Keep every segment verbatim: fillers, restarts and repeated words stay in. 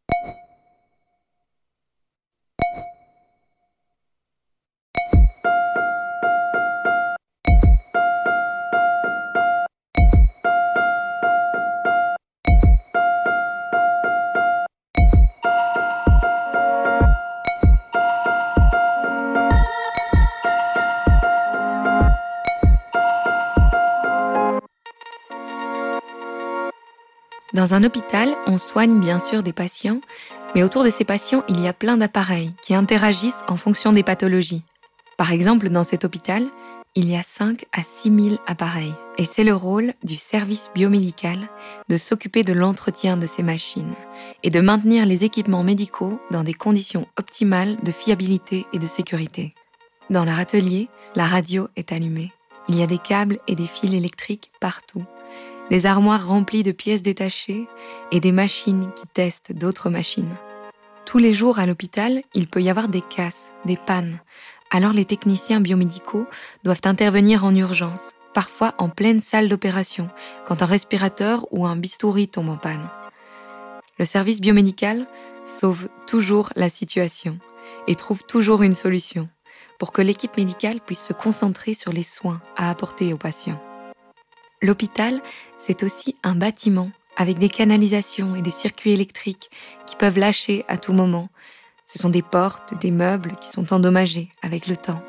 Dans un hôpital, on soigne bien sûr des patients, mais autour de ces patients, il y a plein d'appareils qui interagissent en fonction des pathologies. Par exemple, dans cet hôpital, il y a cinq à six mille appareils. Et c'est le rôle du service biomédical de s'occuper de l'entretien de ces machines et de maintenir les équipements médicaux dans des conditions optimales de fiabilité et de sécurité. Dans leur atelier, la radio est allumée. Il y a des câbles et des fils électriques partout. Des armoires remplies de pièces détachées et des machines qui testent d'autres machines. Tous les jours à l'hôpital, il peut y avoir des casses, des pannes. Alors les techniciens biomédicaux doivent intervenir en urgence, parfois en pleine salle d'opération, quand un respirateur ou un bistouri tombe en panne. Le service biomédical sauve toujours la situation et trouve toujours une solution pour que l'équipe médicale puisse se concentrer sur les soins à apporter aux patients. L'hôpital, c'est aussi un bâtiment avec des canalisations et des circuits électriques qui peuvent lâcher à tout moment. Ce sont des portes, des meubles qui sont endommagés avec le temps.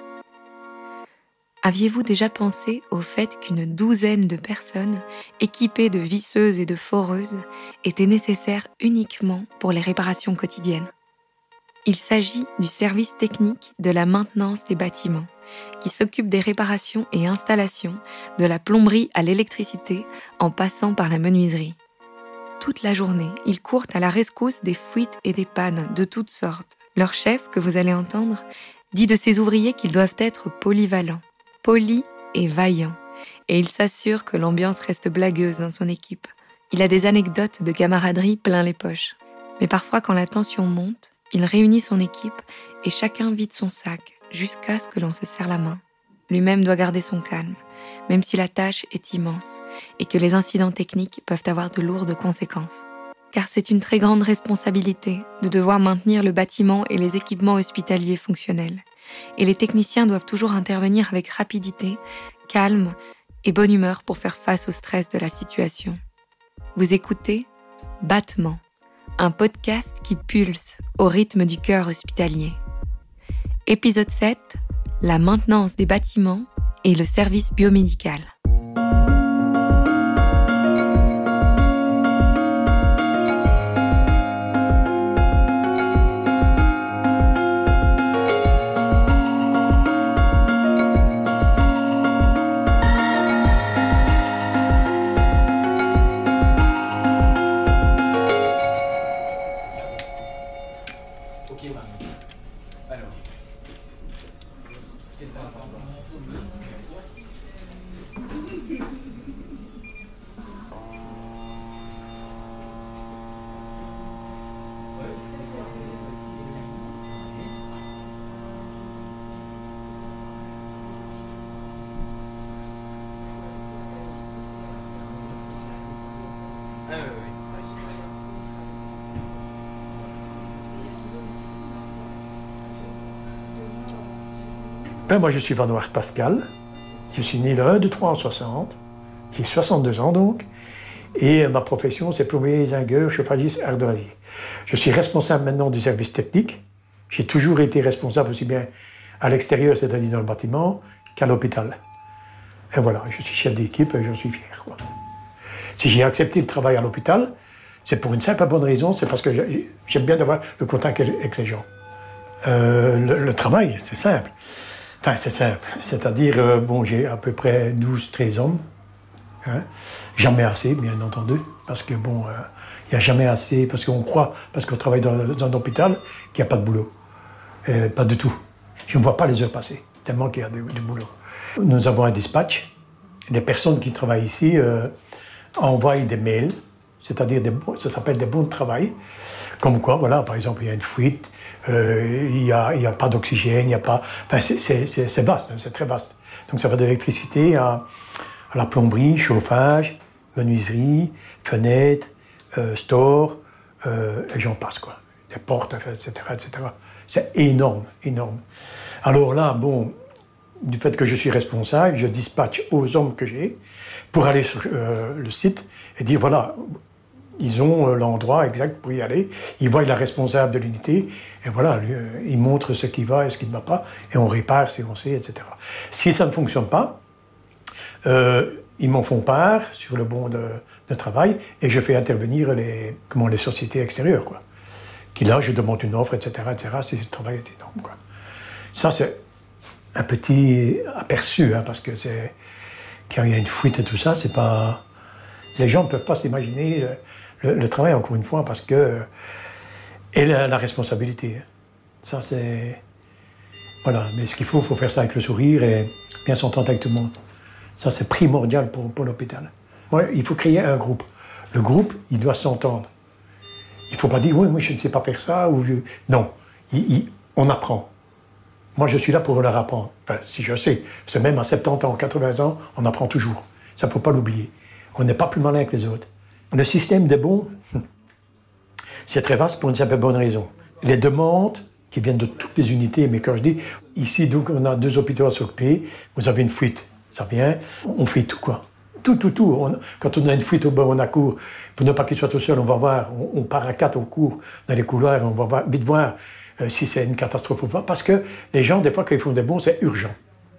Aviez-vous déjà pensé au fait qu'une douzaine de personnes équipées de visseuses et de foreuses étaient nécessaires uniquement pour les réparations quotidiennes ? Il s'agit du service technique de la maintenance des bâtiments, qui s'occupe des réparations et installations, de la plomberie à l'électricité, en passant par la menuiserie. Toute la journée, ils courent à la rescousse des fuites et des pannes de toutes sortes. Leur chef, que vous allez entendre, dit de ses ouvriers qu'ils doivent être polyvalents, polis et vaillants, et il s'assure que l'ambiance reste blagueuse dans son équipe. Il a des anecdotes de camaraderie plein les poches. Mais parfois, quand la tension monte, il réunit son équipe et chacun vide son sac jusqu'à ce que l'on se serre la main. Lui-même doit garder son calme, même si la tâche est immense et que les incidents techniques peuvent avoir de lourdes conséquences. Car c'est une très grande responsabilité de devoir maintenir le bâtiment et les équipements hospitaliers fonctionnels. Et les techniciens doivent toujours intervenir avec rapidité, calme et bonne humeur pour faire face au stress de la situation. Vous écoutez Battement, un podcast qui pulse au rythme du cœur hospitalier. Épisode sept, la maintenance des bâtiments et le service biomédical. Ben, moi, je suis Van Waert Pascal. Je suis né le un deux trois en soixante. J'ai soixante-deux ans donc. Et ma profession, c'est plombier, zingueur, chauffagiste, ardoisier. Je suis responsable maintenant du service technique. J'ai toujours été responsable aussi bien à l'extérieur, c'est-à-dire dans le bâtiment, qu'à l'hôpital. Et voilà, je suis chef d'équipe et j'en suis fier, quoi. Si j'ai accepté le travail à l'hôpital, c'est pour une simple et bonne raison, c'est parce que j'aime bien avoir le contact avec les gens. Euh, le, le travail, c'est simple. Enfin, c'est simple. C'est-à-dire, euh, bon, j'ai à peu près douze treize hommes. Hein. Jamais assez, bien entendu. Parce que, bon, il euh, n'y a jamais assez, parce qu'on croit, parce qu'on travaille dans, dans un hôpital, qu'il n'y a pas de boulot. Euh, pas du tout. Je ne vois pas les heures passer, tellement qu'il y a du, du boulot. Nous avons un dispatch. Les personnes qui travaillent ici euh, envoient des mails, c'est-à-dire, des, ça s'appelle des bons de travail. Comme quoi, voilà, par exemple, il y a une fuite, euh, il n'y a, a pas d'oxygène, il n'y a pas... Enfin, c'est, c'est, c'est, c'est vaste, hein, c'est très vaste. Donc ça va de l'électricité à, à la plomberie, chauffage, menuiserie, fenêtres, euh, store, euh, et j'en passe, quoi. Les portes, et cetera, et cetera. C'est énorme, énorme. Alors là, bon, du fait que je suis responsable, je dispatche aux hommes que j'ai pour aller sur euh, le site et dire, voilà, ils ont euh, l'endroit exact pour y aller. Ils voient la responsable de l'unité et voilà, lui, euh, ils montrent ce qui va et ce qui ne va pas et on répare si on sait, et cetera. Si ça ne fonctionne pas, euh, ils m'en font part sur le bon de, de travail et je fais intervenir les, comment, les sociétés extérieures, quoi. Qui là, je demande une offre, et cetera, et cetera. Si le travail est énorme, quoi. Ça, c'est un petit aperçu, hein, parce que c'est quand il y a une fuite et tout ça, c'est pas. Les gens ne peuvent pas s'imaginer le, le, le travail, encore une fois, parce que. Et la, la responsabilité. Ça, c'est. Voilà. Mais ce qu'il faut, il faut faire ça avec le sourire et bien s'entendre avec tout le monde. Ça, c'est primordial pour, pour l'hôpital. Ouais, il faut créer un groupe. Le groupe, il doit s'entendre. Il ne faut pas dire, oui, moi, je ne sais pas faire ça. Ou je... Non, il, il, on apprend. Moi, je suis là pour leur apprendre. Enfin, si je sais, c'est même à soixante-dix ans, quatre-vingts ans, on apprend toujours. Ça, il ne faut pas l'oublier. On n'est pas plus malin que les autres. Le système des bons, c'est très vaste pour une simple bonne raison. Les demandes qui viennent de toutes les unités, mais quand je dis, ici, donc, on a deux hôpitaux à s'occuper, vous avez une fuite, ça vient, on fait tout, quoi. Tout, tout, tout. On, quand on a une fuite au bord, on a court. Pour ne pas qu'il soit tout seul, on va voir, on, on part à quatre, on court dans les couloirs, on va voir, vite voir euh, si c'est une catastrophe ou pas. Parce que les gens, des fois, quand ils font des bons, c'est urgent.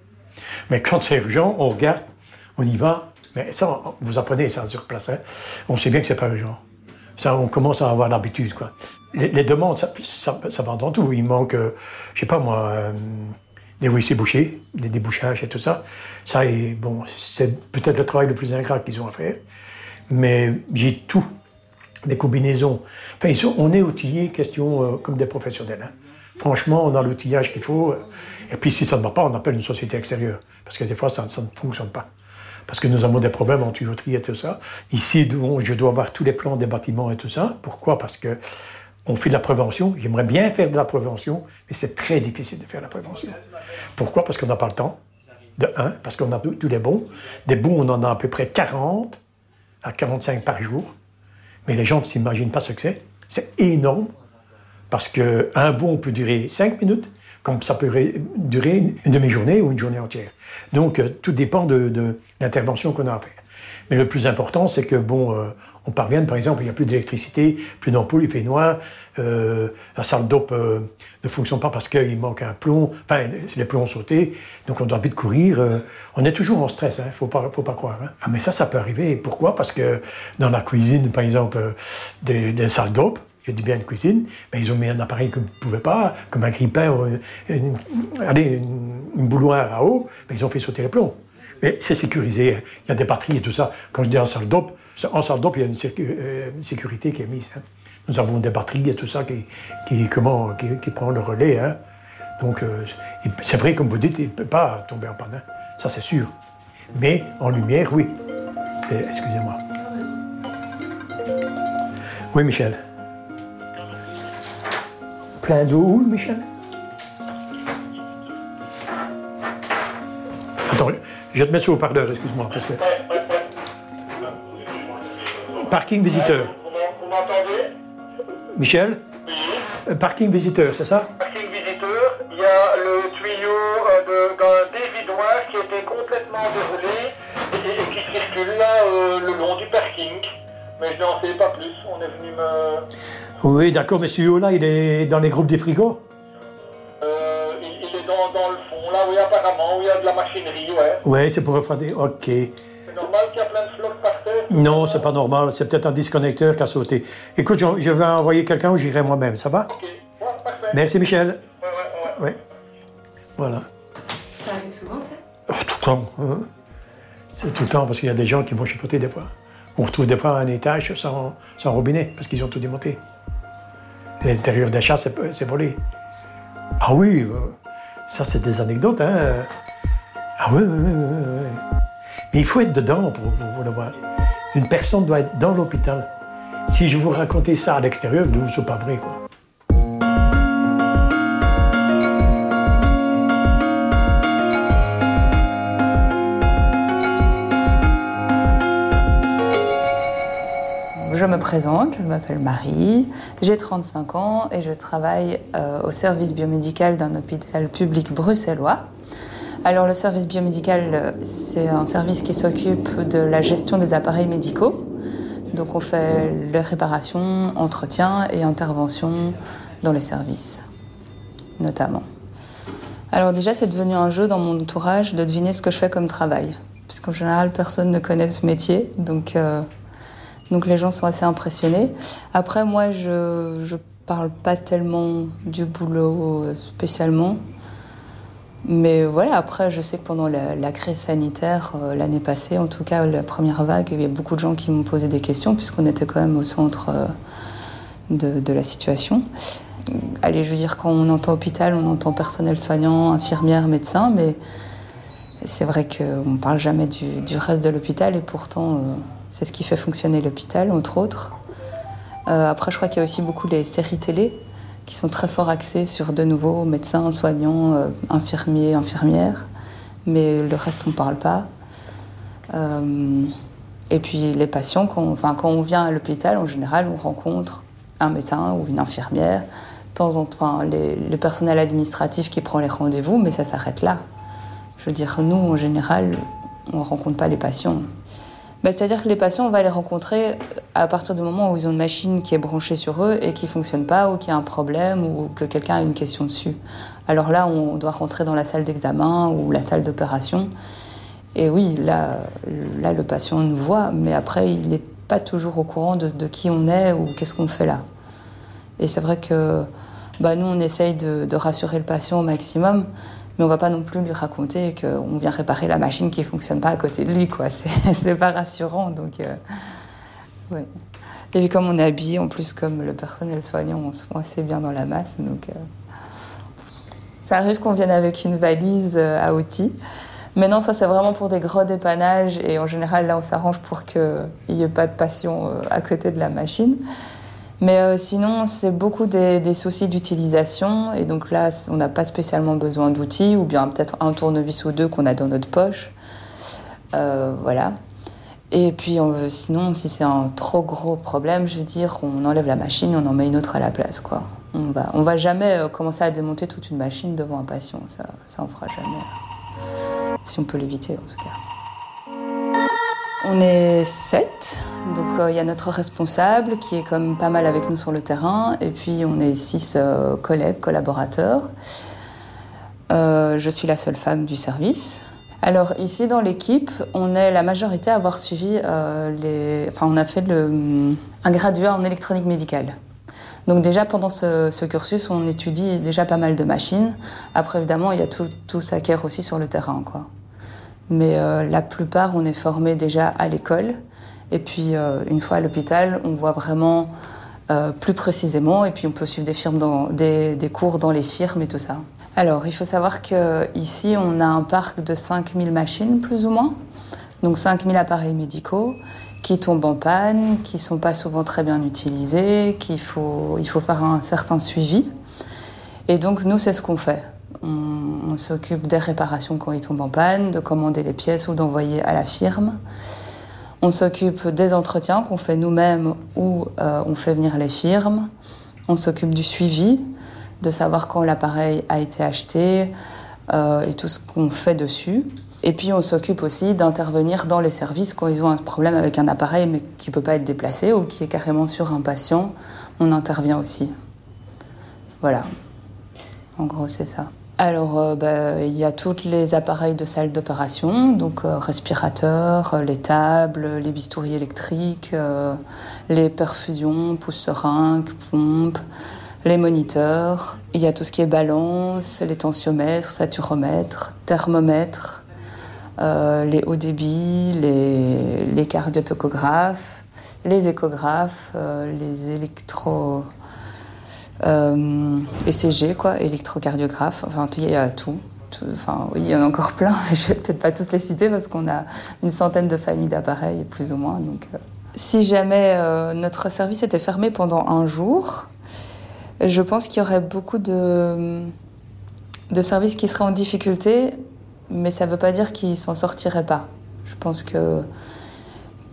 Mais quand c'est urgent, on regarde, on y va. Mais ça, vous apprenez ça sur place. Hein. On sait bien que c'est pas urgent. Ça, on commence à avoir l'habitude, quoi. Les, les demandes, ça, ça, ça va dans tout. Il manque, euh, je sais pas moi, euh, des W C bouchés, des débouchages et tout ça. Ça, est, bon, c'est peut-être le travail le plus ingrat qu'ils ont à faire. Mais j'ai tout. Des combinaisons. Enfin, ils sont, on est outillés, question euh, comme des professionnels. Hein. Franchement, on a l'outillage qu'il faut. Euh, et puis, si ça ne va pas, on appelle une société extérieure. Parce que des fois, ça, ça ne fonctionne pas. Parce que nous avons des problèmes en tuyauterie et tout ça. Ici, bon, je dois avoir tous les plans des bâtiments et tout ça. Pourquoi? Parce que on fait de la prévention. J'aimerais bien faire de la prévention, mais c'est très difficile de faire la prévention. Pourquoi? Parce qu'on n'a pas le temps. De un, parce qu'on a tous les bons. Des bons, on en a à peu près quarante à quarante-cinq par jour. Mais les gens ne s'imaginent pas ce que c'est. C'est énorme. Parce qu'un bon peut durer cinq minutes, comme ça peut durer une demi-journée ou une journée entière. Donc, euh, tout dépend de, de l'intervention qu'on a à faire. Mais le plus important, c'est que, bon, euh, on parvienne, par exemple, il n'y a plus d'électricité, plus d'ampoule, il fait noir, euh, la salle d'op euh, ne fonctionne pas parce qu'il manque un plomb, enfin, les plombs ont sauté, donc on doit vite courir. Euh, on est toujours en stress, il hein, ne faut pas, faut pas croire. Hein. Ah, mais ça, ça peut arriver. Pourquoi? Parce que dans la cuisine, par exemple, euh, des, des salles d'op, je dis bien une cuisine, mais ils ont mis un appareil que vous ne pouvez pas, comme un grippin, ou une, une, allez, une, une bouloire à eau, mais ils ont fait sauter les plombs. Mais c'est sécurisé, il y a des batteries et tout ça. Quand je dis en salle d'op, en salle d'op, il y a une, sécu, euh, une sécurité qui est mise. Hein. Nous avons des batteries et tout ça qui, qui, comment, qui, qui prend le relais. Hein. Donc euh, c'est vrai, comme vous dites, il ne peut pas tomber en panne. Hein. Ça, c'est sûr. Mais en lumière, oui. Excusez-moi. Oui, Michel. Plein d'eau où, Michel? Attends, je te mets sur le haut-parleur, excuse-moi. Parce que... Parking visiteur. Vous m'entendez? Michel? Oui. Parking visiteur, c'est ça? Parking visiteur, il y a le tuyau euh, d'un dévidoir qui était complètement déroulé et, et qui circule là euh, le long du parking. Mais je n'en sais pas plus, on est venu me... Oui, d'accord, mais ce tuyau-là, il est dans les groupes des frigos? Euh, il, il est dans, dans le fond, là, oui, apparemment, où il y a de la machinerie, ouais. Oui, c'est pour refroidir, ok. C'est normal qu'il y a plein de flocs par terre? Non, c'est pas normal, c'est peut-être un disconnecteur qui a sauté. Écoute, je, je vais envoyer quelqu'un ou j'irai moi-même, ça va? Ok, ouais, parfait. Merci, Michel. Ouais, ouais, ouais. Ouais. Voilà. Ça arrive souvent, ça? Oh, tout le temps. Hein. C'est tout le temps, parce qu'il y a des gens qui vont chipoter des fois. On retrouve des fois un étage sans, sans robinet, parce qu'ils ont tout démonté. L'intérieur des chats, c'est volé. Ah oui, euh, ça c'est des anecdotes, hein. Ah oui, oui, oui, oui, oui. Mais il faut être dedans pour, pour, pour le voir. Une personne doit être dans l'hôpital. Si je vous racontais ça à l'extérieur, c'est pas vrai, quoi. Je me présente, je m'appelle Marie, j'ai trente-cinq ans et je travaille euh, au service biomédical d'un hôpital public bruxellois. Alors le service biomédical, c'est un service qui s'occupe de la gestion des appareils médicaux. Donc on fait les réparations, entretiens et interventions dans les services, notamment. Alors déjà, c'est devenu un jeu dans mon entourage de deviner ce que je fais comme travail. Parce qu'en général, personne ne connaît ce métier, donc, euh, donc les gens sont assez impressionnés. Après, moi, je ne parle pas tellement du boulot spécialement. Mais voilà, après, je sais que pendant la, la crise sanitaire, euh, l'année passée, en tout cas, la première vague, il y a beaucoup de gens qui m'ont posé des questions, puisqu'on était quand même au centre euh, de, de la situation. Allez, je veux dire, quand on entend hôpital, on entend personnel soignant, infirmière, médecin, mais c'est vrai qu'on ne parle jamais du, du reste de l'hôpital, et pourtant, euh, c'est ce qui fait fonctionner l'hôpital, entre autres. Euh, après, je crois qu'il y a aussi beaucoup les séries télé, qui sont très fort axés sur, de nouveau, médecins, soignants, euh, infirmiers, infirmières. Mais le reste, on ne parle pas. Euh, et puis les patients, quand on, enfin, quand on vient à l'hôpital, en général, on rencontre un médecin ou une infirmière, de temps en temps, les, le personnel administratif qui prend les rendez-vous, mais ça s'arrête là. Je veux dire, nous, en général, on ne rencontre pas les patients. Ben, c'est-à-dire que les patients, on va les rencontrer à partir du moment où ils ont une machine qui est branchée sur eux et qui ne fonctionne pas, ou qui a un problème, ou que quelqu'un a une question dessus. Alors là, on doit rentrer dans la salle d'examen ou la salle d'opération. Et oui, là, là le patient nous voit, mais après, il n'est pas toujours au courant de, de qui on est ou qu'est-ce qu'on fait là. Et c'est vrai que bah, nous, on essaye de, de rassurer le patient au maximum, mais on ne va pas non plus lui raconter qu'on vient réparer la machine qui ne fonctionne pas à côté de lui, quoi. C'est, c'est pas rassurant, donc... Euh, ouais. Et puis comme on est habillé, en plus, comme le personnel soignant, on se voit assez bien dans la masse, donc... Euh, ça arrive qu'on vienne avec une valise euh, à outils. Mais non, ça, c'est vraiment pour des gros dépannages, et en général, là, on s'arrange pour qu'il n'y ait pas de patient euh, à côté de la machine. Mais euh, sinon, c'est beaucoup des, des soucis d'utilisation. Et donc là, on n'a pas spécialement besoin d'outils, ou bien peut-être un tournevis ou deux qu'on a dans notre poche. Euh, voilà. Et puis on, sinon, si c'est un trop gros problème, je veux dire, on enlève la machine, on en met une autre à la place, quoi. On va, on va jamais commencer à démonter toute une machine devant un patient. Ça, ça on fera jamais. Si on peut l'éviter, en tout cas. On est sept, donc il euh, y a notre responsable qui est comme pas mal avec nous sur le terrain, et puis on est six euh, collègues, collaborateurs. Euh, je suis la seule femme du service. Alors ici dans l'équipe, on est la majorité à avoir suivi euh, les... Enfin, on a fait le, un graduat en électronique médicale. Donc déjà pendant ce, ce cursus, on étudie déjà pas mal de machines. Après évidemment, il y a tout, tout s'acquiert aussi sur le terrain, quoi. Mais euh, la plupart, on est formés déjà à l'école. Et puis, euh, une fois à l'hôpital, on voit vraiment euh, plus précisément. Et puis, on peut suivre des, firmes dans, des, des cours dans les firmes et tout ça. Alors, il faut savoir qu'ici, on a un parc de cinq mille machines, plus ou moins. Donc, cinq mille appareils médicaux qui tombent en panne, qui ne sont pas souvent très bien utilisés, qu'il faut, il faut faire un certain suivi. Et donc, nous, c'est ce qu'on fait. On, on s'occupe des réparations quand ils tombent en panne, de commander les pièces ou d'envoyer à la firme. On s'occupe des entretiens qu'on fait nous-mêmes ou euh, on fait venir les firmes. On s'occupe du suivi, de savoir quand l'appareil a été acheté euh, et tout ce qu'on fait dessus. Et puis on s'occupe aussi d'intervenir dans les services quand ils ont un problème avec un appareil mais qui ne peut pas être déplacé ou qui est carrément sur un patient. On intervient aussi. Voilà. En gros, c'est ça. Alors, euh, bah, il y a tous les appareils de salle d'opération, donc euh, respirateurs, euh, les tables, les bistouris électriques, euh, les perfusions, pousse-seringues, pompes, les moniteurs. Il y a tout ce qui est balance, les tensiomètres, saturomètres, thermomètres, euh, les hauts débits, les, les cardiotocographes, les échographes, euh, les électro... Euh, E C G, quoi, électrocardiographe, enfin il y a tout. tout enfin, oui, il y en a encore plein, mais je ne vais peut-être pas tous les citer parce qu'on a une centaine de familles d'appareils, plus ou moins. Donc, euh. Si jamais euh, notre service était fermé pendant un jour, je pense qu'il y aurait beaucoup de, de services qui seraient en difficulté, mais ça ne veut pas dire qu'ils ne s'en sortiraient pas. Je pense que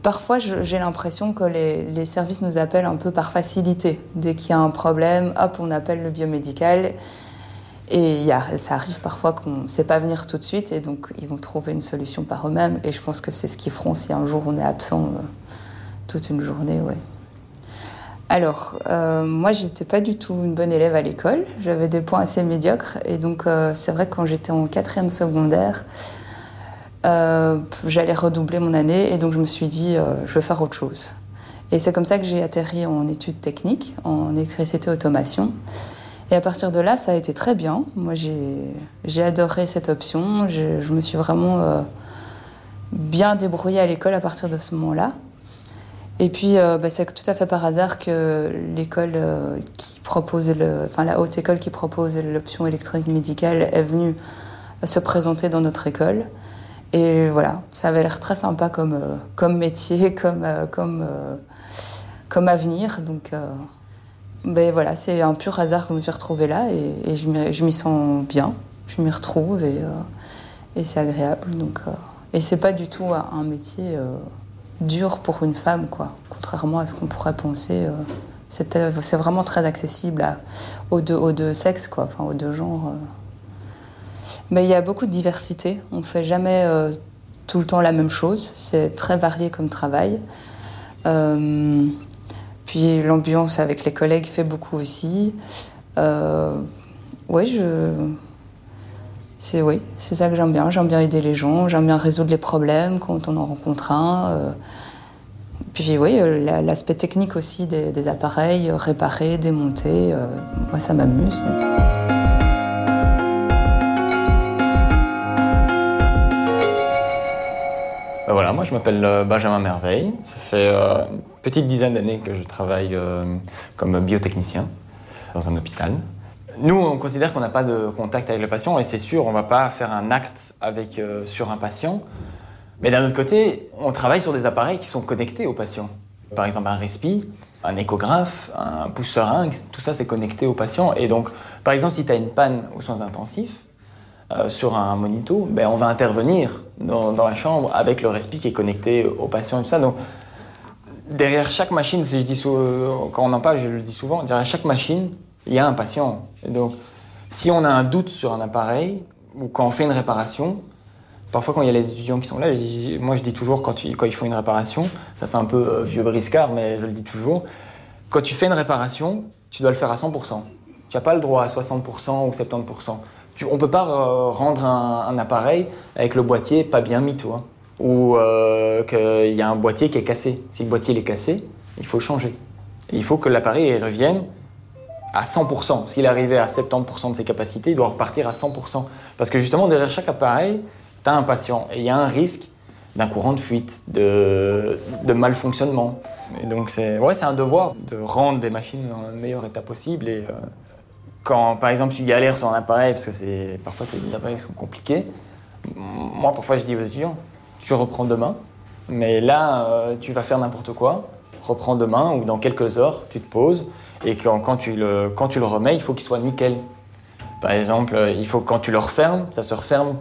parfois, je, j'ai l'impression que les, les services nous appellent un peu par facilité. Dès qu'il y a un problème, hop, on appelle le biomédical. Et y a, ça arrive parfois qu'on ne sait pas venir tout de suite, et donc ils vont trouver une solution par eux-mêmes. Et je pense que c'est ce qu'ils feront si un jour on est absent euh, toute une journée, ouais. Alors, euh, moi, j'étais pas du tout une bonne élève à l'école. J'avais des points assez médiocres. Et donc, euh, c'est vrai que quand j'étais en quatrième secondaire, euh, j'allais redoubler mon année. Et donc, je me suis dit, euh, je vais faire autre chose. Et c'est comme ça que j'ai atterri en études techniques, en électricité automation. Et à partir de là, ça a été très bien. Moi, j'ai, j'ai adoré cette option. Je, je me suis vraiment euh, bien débrouillée à l'école à partir de ce moment-là. Et puis, euh, bah, c'est tout à fait par hasard que l'école euh, qui propose, le, enfin la haute école qui propose l'option électronique médicale est venue se présenter dans notre école. Et voilà, ça avait l'air très sympa comme, euh, comme métier, comme, euh, comme, euh, comme avenir. Donc, euh, ben voilà, c'est un pur hasard que je me suis retrouvée là et, et je, m'y, je m'y sens bien. Je m'y retrouve et, euh, et c'est agréable. Donc, euh, et c'est pas du tout un métier euh, dur pour une femme, quoi. Contrairement à ce qu'on pourrait penser, euh, c'est, c'est vraiment très accessible à, aux, deux, aux deux sexes, quoi, enfin aux deux genres. Euh. Mais il y a beaucoup de diversité. On ne fait jamais euh, tout le temps la même chose. C'est très varié comme travail. Euh, puis l'ambiance avec les collègues fait beaucoup aussi. Euh, ouais, je... C'est, oui, c'est ça que j'aime bien. J'aime bien aider les gens, j'aime bien résoudre les problèmes quand on en rencontre un. Euh, puis oui, l'aspect technique aussi des, des appareils, réparer, démonter, euh, moi ça m'amuse. Ben voilà, moi je m'appelle Benjamin Merveille. Ça fait euh, une petite dizaine d'années que je travaille euh, comme biotechnicien dans un hôpital. Nous, on considère qu'on n'a pas de contact avec le patient et c'est sûr, on ne va pas faire un acte avec, euh, sur un patient. Mais d'un autre côté, on travaille sur des appareils qui sont connectés au patient. Par exemple, un respi, un échographe, un pouce-seringue, tout ça c'est connecté au patient. Et donc, par exemple, si tu as une panne aux soins intensifs euh, sur un monito, ben, on va intervenir dans, dans la chambre avec le respi qui est connecté au patient et tout ça. Donc, derrière chaque machine, si je dis sou- quand on en parle, je le dis souvent, derrière chaque machine, il y a un patient. Et donc, si on a un doute sur un appareil, ou quand on fait une réparation, parfois quand il y a les étudiants qui sont là, je dis, moi je dis toujours quand, tu, quand ils font une réparation, ça fait un peu euh, vieux briscard, mais je le dis toujours, quand tu fais une réparation, tu dois le faire à cent pour cent. Tu n'as pas le droit à soixante pour cent ou soixante-dix pour cent. Tu, on ne peut pas euh, rendre un, un appareil avec le boîtier pas bien mis, toi, ou euh, qu'il y a un boîtier qui est cassé. Si le boîtier est cassé, il faut changer. Et il faut que l'appareil revienne à cent pour cent. S'il est arrivé à soixante-dix pour cent de ses capacités, il doit repartir à cent pour cent. Parce que justement, derrière chaque appareil, tu as un patient. Et il y a un risque d'un courant de fuite, de, de malfonctionnement. Et donc, c'est, ouais, c'est un devoir de rendre des machines dans le meilleur état possible. Et euh, quand, par exemple, tu galères sur un appareil, parce que c'est, parfois, les appareils sont compliqués, moi, parfois, je dis aux étudiants, tu reprends demain, mais là, euh, tu vas faire n'importe quoi, reprends demain ou dans quelques heures, tu te poses. Et quand, quand, tu le, quand tu le remets, il faut qu'il soit nickel. Par exemple, il faut quand tu le refermes, ça se referme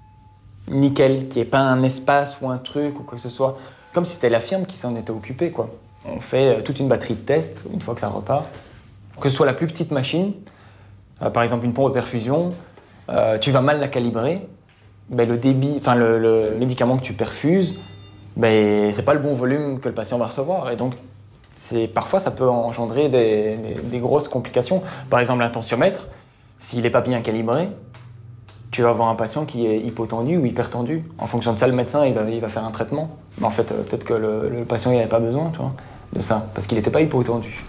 nickel, qu'il n'y ait pas un espace ou un truc ou quoi que ce soit. Comme si c'était la firme qui s'en était occupée, quoi. On fait toute une batterie de tests une fois que ça repart. Que ce soit la plus petite machine, euh, par exemple une pompe de perfusion, euh, tu vas mal la calibrer, ben le débit, enfin le, le médicament que tu perfuses, ben c'est pas le bon volume que le patient va recevoir. Et donc, c'est, parfois, ça peut engendrer des, des, des grosses complications. Par exemple, l'intentiomètre, s'il n'est pas bien calibré, tu vas avoir un patient qui est hypotendu ou hypertendu. En fonction de ça, le médecin, il va, il va faire un traitement. Mais en fait, euh, peut-être que le, le patient n'avait pas besoin, tu vois, de ça, parce qu'il n'était pas hypotendu.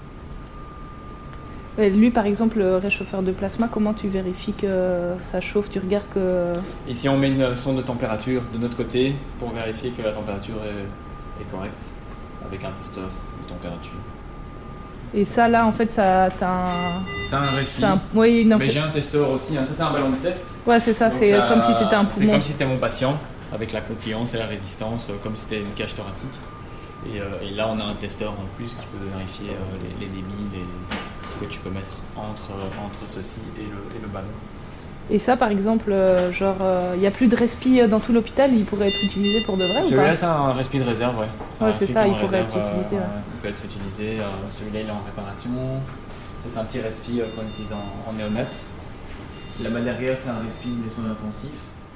Et lui, par exemple, le réchauffeur de plasma, comment tu vérifies que ça chauffe? Tu regardes que... Ici, on met une sonde de température de notre côté pour vérifier que la température est, est correcte, avec un testeur de température. Et ça, là, en fait, ça, t'as un... C'est un respi. C'est un... Oui, non, mais c'est... j'ai un testeur aussi. Hein. Ça, c'est un ballon de test. Ouais, c'est ça. Donc c'est ça, comme si c'était un poumon. C'est comme si c'était mon patient, avec la confiance et la résistance, comme si c'était une cage thoracique. Et, euh, et là, on a un testeur en plus qui peut vérifier euh, les, les débits les... que tu peux mettre entre, entre ceci et le, et le ballon. Et ça, par exemple, euh, genre, il euh, n'y a plus de respi dans tout l'hôpital, il pourrait être utilisé pour de vrai ou pas? Celui-là, c'est un respi de réserve, ouais. C'est, ouais, c'est ça, il pourrait réserve, être utilisé. Euh, ouais. Il peut être utilisé. Euh, celui-là, il est en réparation. Ça, c'est un petit respi euh, qu'on utilise en, en néonat. Là-bas derrière, c'est un respi des soins intensifs.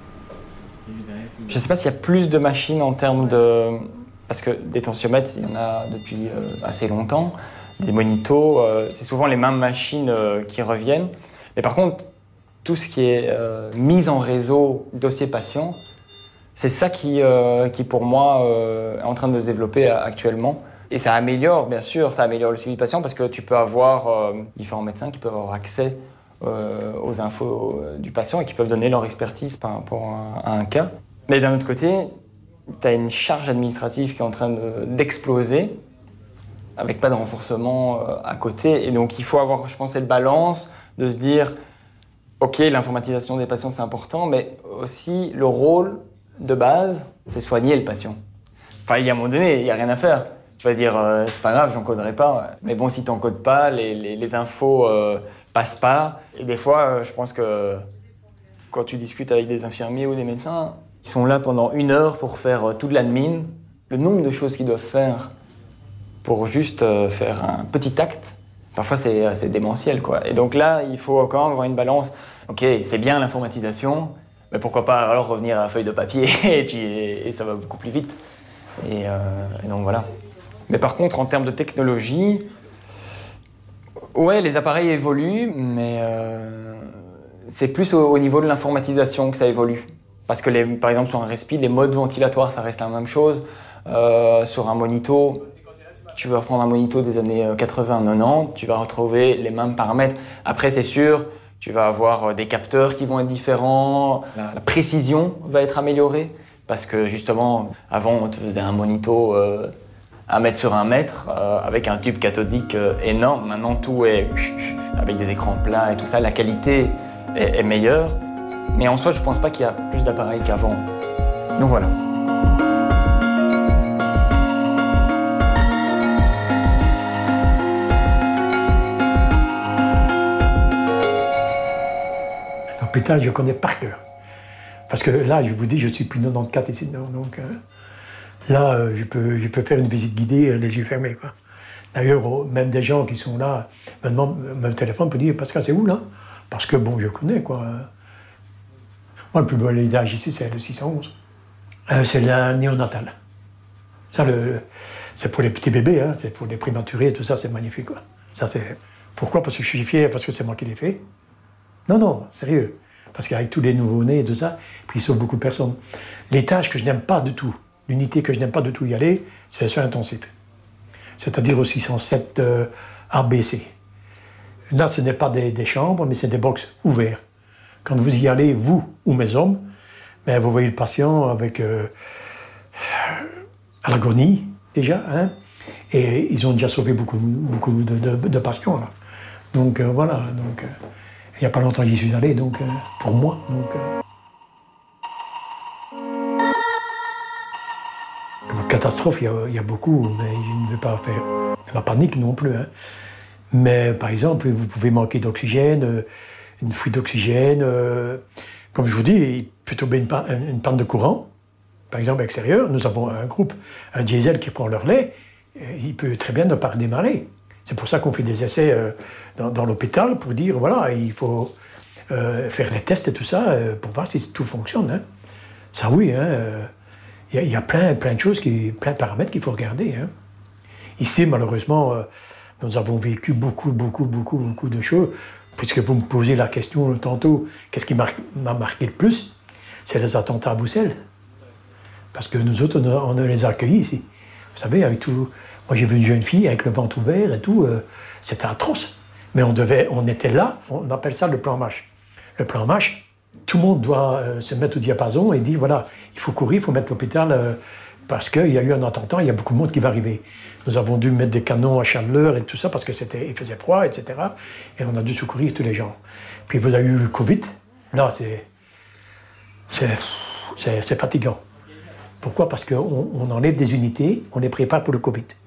Je ne sais pas s'il y a plus de machines en termes de... Parce que des tensiomètres, il y en a depuis euh, assez longtemps. Des monitos, euh, c'est souvent les mêmes machines euh, qui reviennent. Mais par contre, tout ce qui est euh, mise en réseau dossier patient, c'est ça qui, euh, qui pour moi, euh, est en train de se développer actuellement. Et ça améliore, bien sûr, ça améliore le suivi patient parce que tu peux avoir euh, différents médecins qui peuvent avoir accès euh, aux infos du patient et qui peuvent donner leur expertise par rapport à, à un cas. Mais d'un autre côté, tu as une charge administrative qui est en train de, d'exploser avec pas de renforcement euh, à côté. Et donc, il faut avoir, je pense, cette balance de se dire ok, l'informatisation des patients, c'est important, mais aussi le rôle de base, c'est soigner le patient. Enfin, il y a un moment donné, il n'y a rien à faire. Tu vas dire, euh, c'est pas grave, j'encoderai pas. Mais bon, si tu n'encodes pas, les, les, les infos euh, passent pas. Et des fois, euh, je pense que quand tu discutes avec des infirmiers ou des médecins, ils sont là pendant une heure pour faire euh, toute l'admin. Le nombre de choses qu'ils doivent faire pour juste euh, faire un petit acte, parfois c'est, c'est démentiel, quoi. Et donc là, il faut quand même avoir une balance. Ok, c'est bien l'informatisation, mais pourquoi pas alors revenir à la feuille de papier et, tu, et ça va beaucoup plus vite. Et, euh, et donc voilà. Mais par contre, en termes de technologie, ouais, les appareils évoluent, mais euh, c'est plus au, au niveau de l'informatisation que ça évolue. Parce que, les, par exemple, sur un respi, les modes ventilatoires, ça reste la même chose. Euh, sur un monito, tu vas prendre un monito des années quatre-vingts quatre-vingt-dix, tu vas retrouver les mêmes paramètres. Après, c'est sûr, tu vas avoir des capteurs qui vont être différents, la, la précision va être améliorée. Parce que justement, avant, on te faisait un monito euh, un mètre sur un mètre, euh, avec un tube cathodique euh, énorme. Maintenant, tout est avec des écrans plats et tout ça. La qualité est, est meilleure. Mais en soi, je ne pense pas qu'il y a plus d'appareils qu'avant. Donc voilà. L'hôpital, je connais par cœur. Parce que là, je vous dis, je suis depuis quatre-vingt-quatorze ici. Donc euh, là, euh, je, peux, je peux faire une visite guidée euh, les yeux fermés, quoi. D'ailleurs, oh, même des gens qui sont là me, demandent, me téléphonent pour dire « Pascal, c'est où, là ?» Parce que, bon, je connais, quoi. Moi, le plus bel étage ici, c'est le six cent onze. Euh, c'est la néonatale. Ça, le, c'est pour les petits bébés, hein, c'est pour les prématurés, tout ça, c'est magnifique, quoi. Ça, c'est... Pourquoi? Parce que je suis fier, parce que c'est moi qui l'ai fait. Non, non, sérieux. Parce qu'avec tous les nouveaux-nés et tout ça, puis ils sauvent beaucoup de personnes. L'étage que je n'aime pas du tout, l'unité que je n'aime pas du tout y aller, c'est les soins intensifs. C'est-à-dire au six cent sept euh, A B C. Là, ce n'est pas des, des chambres, mais c'est des box ouverts. Quand vous y allez, vous ou mes hommes, ben, vous voyez le patient avec euh, à l'agonie, déjà, hein, et ils ont déjà sauvé beaucoup, beaucoup de, de, de patients. Là. Donc euh, voilà, donc, euh, il n'y a pas longtemps j'y suis allé, donc, euh, pour moi. Donc, euh... Catastrophe, il y, a, il y a beaucoup, mais je ne veux pas faire la panique non plus. Hein. Mais par exemple, vous pouvez manquer d'oxygène, euh, une fuite d'oxygène. Euh, comme je vous dis, il peut tomber une, panne, une panne de courant, par exemple extérieur. Nous avons un groupe, un diesel qui prend le relais, il peut très bien ne pas redémarrer. C'est pour ça qu'on fait des essais euh, dans, dans l'hôpital pour dire, voilà, il faut euh, faire les tests et tout ça euh, pour voir si tout fonctionne. Hein. Ça oui, hein, euh, il y, y a plein, plein de choses, qui, plein de paramètres qu'il faut regarder. Hein. Ici, malheureusement, euh, nous avons vécu beaucoup, beaucoup, beaucoup, beaucoup de choses. Puisque vous me posez la question tantôt, qu'est-ce qui m'a marqué le plus? C'est les attentats à Bruxelles. Parce que nous autres, on a, on a les accueillis ici. Vous savez, avec tout... Moi, j'ai vu une jeune fille avec le ventre ouvert et tout. Euh, c'était atroce. Mais on, devait, on était là, on appelle ça le plan MASH. Le plan MASH, tout le monde doit euh, se mettre au diapason et dire, voilà, il faut courir, il faut mettre l'hôpital, euh, parce qu'il y a eu un attentat, il y a beaucoup de monde qui va arriver. Nous avons dû mettre des canons à chaleur et tout ça, parce que c'était, il faisait froid, et cetera. Et on a dû secourir tous les gens. Puis vous avez eu le Covid. Là, c'est, c'est, c'est, c'est fatigant. Pourquoi? Parce qu'on on enlève des unités, on les prépare pour le Covid.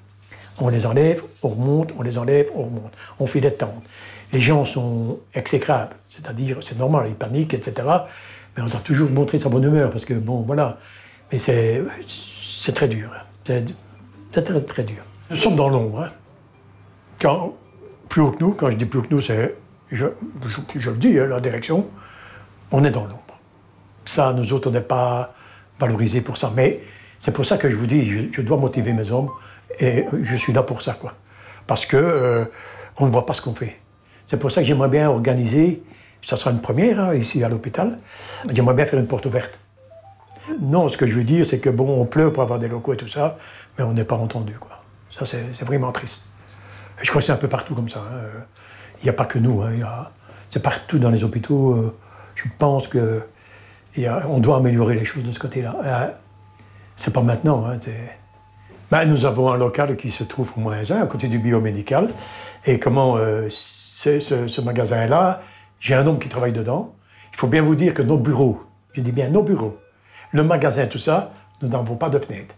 On les enlève, on remonte, on les enlève, on remonte. On fait des tentes. Les gens sont exécrables, c'est-à-dire, c'est normal, ils paniquent, et cetera. Mais on doit toujours montrer sa bonne humeur, parce que, bon, voilà. Mais c'est, c'est très dur. C'est, c'est très, très dur. Nous sommes dans l'ombre. Hein. Quand, plus haut que nous, quand je dis plus haut que nous, c'est, je, je, je le dis, hein, la direction, on est dans l'ombre. Ça, nous autres, on n'est pas valorisés pour ça. Mais c'est pour ça que je vous dis, je, je dois motiver mes hommes, et je suis là pour ça, quoi. Parce que euh, on ne voit pas ce qu'on fait. C'est pour ça que j'aimerais bien organiser, ça sera une première, hein, ici à l'hôpital, j'aimerais bien faire une porte ouverte. Non, ce que je veux dire, c'est que bon, on pleure pour avoir des locaux et tout ça, mais on n'est pas entendu, quoi. Ça, c'est, c'est vraiment triste. Et je crois que c'est un peu partout comme ça. Hein. Il n'y a pas que nous, hein. Il y a, c'est partout dans les hôpitaux. Euh, je pense que il y a, on doit améliorer les choses de ce côté-là. Euh, c'est pas maintenant. Hein, c'est... Ben, nous avons un local qui se trouve au moins un, à côté du biomédical. Et comment euh, c'est, ce, ce magasin-là, j'ai un homme qui travaille dedans. Il faut bien vous dire que nos bureaux, je dis bien nos bureaux, le magasin, tout ça, nous n'avons pas de fenêtres.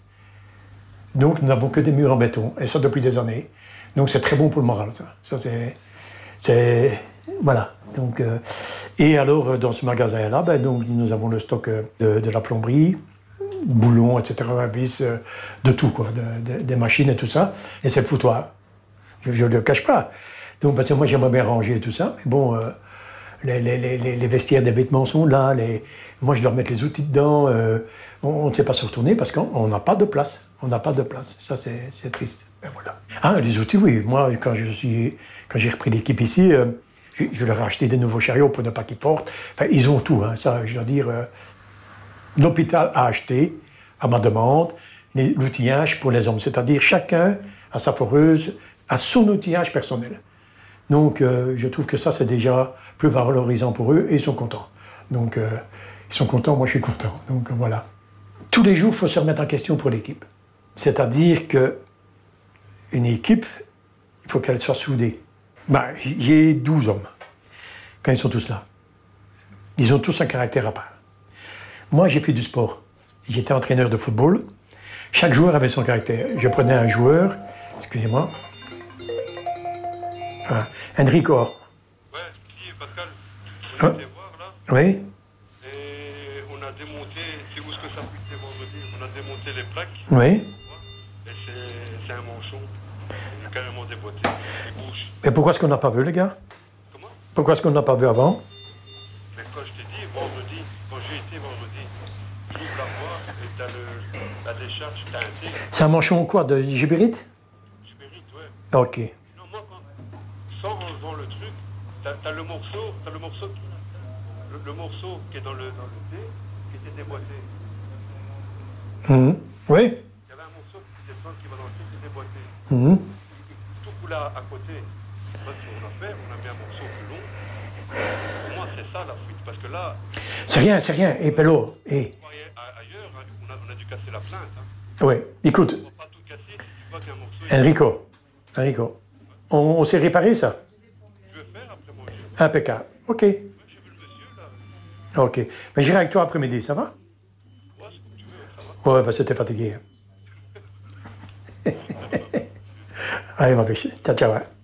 Donc nous n'avons que des murs en béton, et ça depuis des années. Donc c'est très bon pour le moral, ça. Ça c'est, c'est voilà. Donc, euh, et alors dans ce magasin-là, ben, donc, nous avons le stock de, de la plomberie, boulons, et cetera, vis, euh, de tout, quoi, de, de, des machines et tout ça. Et c'est le foutoir. Je ne le cache pas. Donc parce que moi j'aimerais bien ranger tout ça, mais bon, euh, les, les, les, les vestiaires des vêtements sont là, les... moi je dois mettre les outils dedans, euh, on ne sait pas se retourner parce qu'on n'a pas de place. On n'a pas de place, ça c'est, c'est triste. Ben, voilà. Ah, les outils, oui. Moi, quand, je suis, quand j'ai repris l'équipe ici, euh, je, je leur ai acheté des nouveaux chariots pour ne pas qu'ils portent. Enfin, ils ont tout, hein, ça, je dois dire. Euh, l'hôpital a acheté, à ma demande, les, l'outillage pour les hommes. C'est-à-dire chacun a sa foreuse, a son outillage personnel. Donc, euh, je trouve que ça, c'est déjà plus valorisant pour eux et ils sont contents. Donc, euh, ils sont contents, moi je suis content. Donc, euh, voilà. Tous les jours, il faut se remettre en question pour l'équipe. C'est-à-dire qu'une équipe, il faut qu'elle soit soudée. Ben, j'ai douze hommes, quand ils sont tous là. Ils ont tous un caractère à part. Moi, j'ai fait du sport. J'étais entraîneur de football. Chaque joueur avait son caractère. Je prenais un joueur, excusez-moi, ah, Enrico. Ouais, si, Pascal, on a été voir là. Oui. Et on a démonté, c'est où ce que ça coûtait vendredi, on a démonté les plaques. Oui. Et c'est, c'est un manchon. Il est carrément déboîté. Il bouge. Et pourquoi est-ce qu'on n'a pas vu, les gars? Comment? Pourquoi est-ce qu'on n'a pas vu avant? Mais quand je t'ai dit, vendredi, quand j'ai été vendredi, j'ouvre la voie et t'as le, la décharge, t'as un tigre. C'est un manchon quoi, de gibérite? Gibérite, ouais. Ok. Non, moi, quand, sans enlevant le truc, t'as, t'as le morceau, t'as le morceau, qui, le, le morceau qui est dans le, dans le thé, qui était déboîté. Mmh. Oui. Il y avait un morceau qui descend, qui va dans le thé, qui est déboîté. Mmh. Tout coulait à, à côté. Parce qu'on a fait, on a mis un morceau plus long. Pour moi, c'est ça la fuite, parce que là... C'est rien, c'est rien. Et Pello, et... Ailleurs, on a, on a dû casser la plainte. Hein. Oui, écoute. On va pas tout casser, tu vois qu'un morceau... Enrico, Enrico, on, on s'est réparé ça? Je vais faire après mon jeu. Impeccable. Ok. J'ai vu le monsieur, là. Ok. Mais j'irai avec toi après-midi, ça va? Ouais, c'est comme tu veux, ça va. Ouais, parce que t'es fatigué. Allez, ma biche. Ciao, ciao. Hein.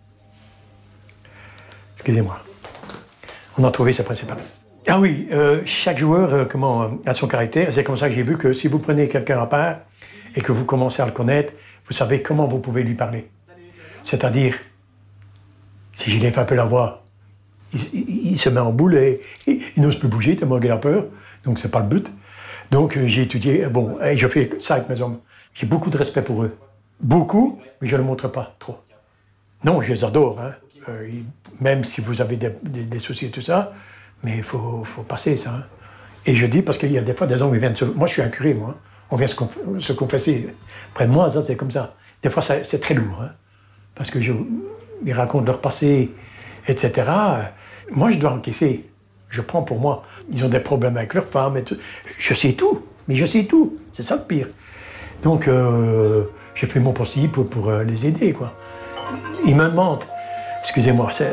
Excusez-moi. On a trouvé, c'est principal. Ah oui, euh, chaque joueur euh, comment, euh, a son caractère. C'est comme ça que j'ai vu que si vous prenez quelqu'un à part et que vous commencez à le connaître, vous savez comment vous pouvez lui parler. C'est-à-dire, si je lève un peu la voix, il, il, il se met en boule et, et il n'ose plus bouger tellement qu'il a peur. Donc c'est pas le but. Donc euh, j'ai étudié, bon, et je fais ça avec mes hommes. J'ai beaucoup de respect pour eux. Beaucoup, mais je ne le montre pas trop. Non, je les adore, hein. Euh, même si vous avez des, des, des soucis et tout ça, mais il faut, faut passer ça. Hein. Et je dis, parce qu'il y a des fois des hommes qui viennent se... Moi, je suis un curé, moi. On vient se, conf... se confesser. Près de moi, ça, c'est comme ça. Des fois, ça, c'est très lourd, hein, parce que je... ils racontent leur passé, et cetera. Moi, je dois encaisser. Je prends pour moi. Ils ont des problèmes avec leur femme, et tout. Je sais tout, mais je sais tout. C'est ça le pire. Donc, euh, j'ai fait mon possible pour, pour euh, les aider, quoi. Ils me mentent. Excusez-moi, c'est...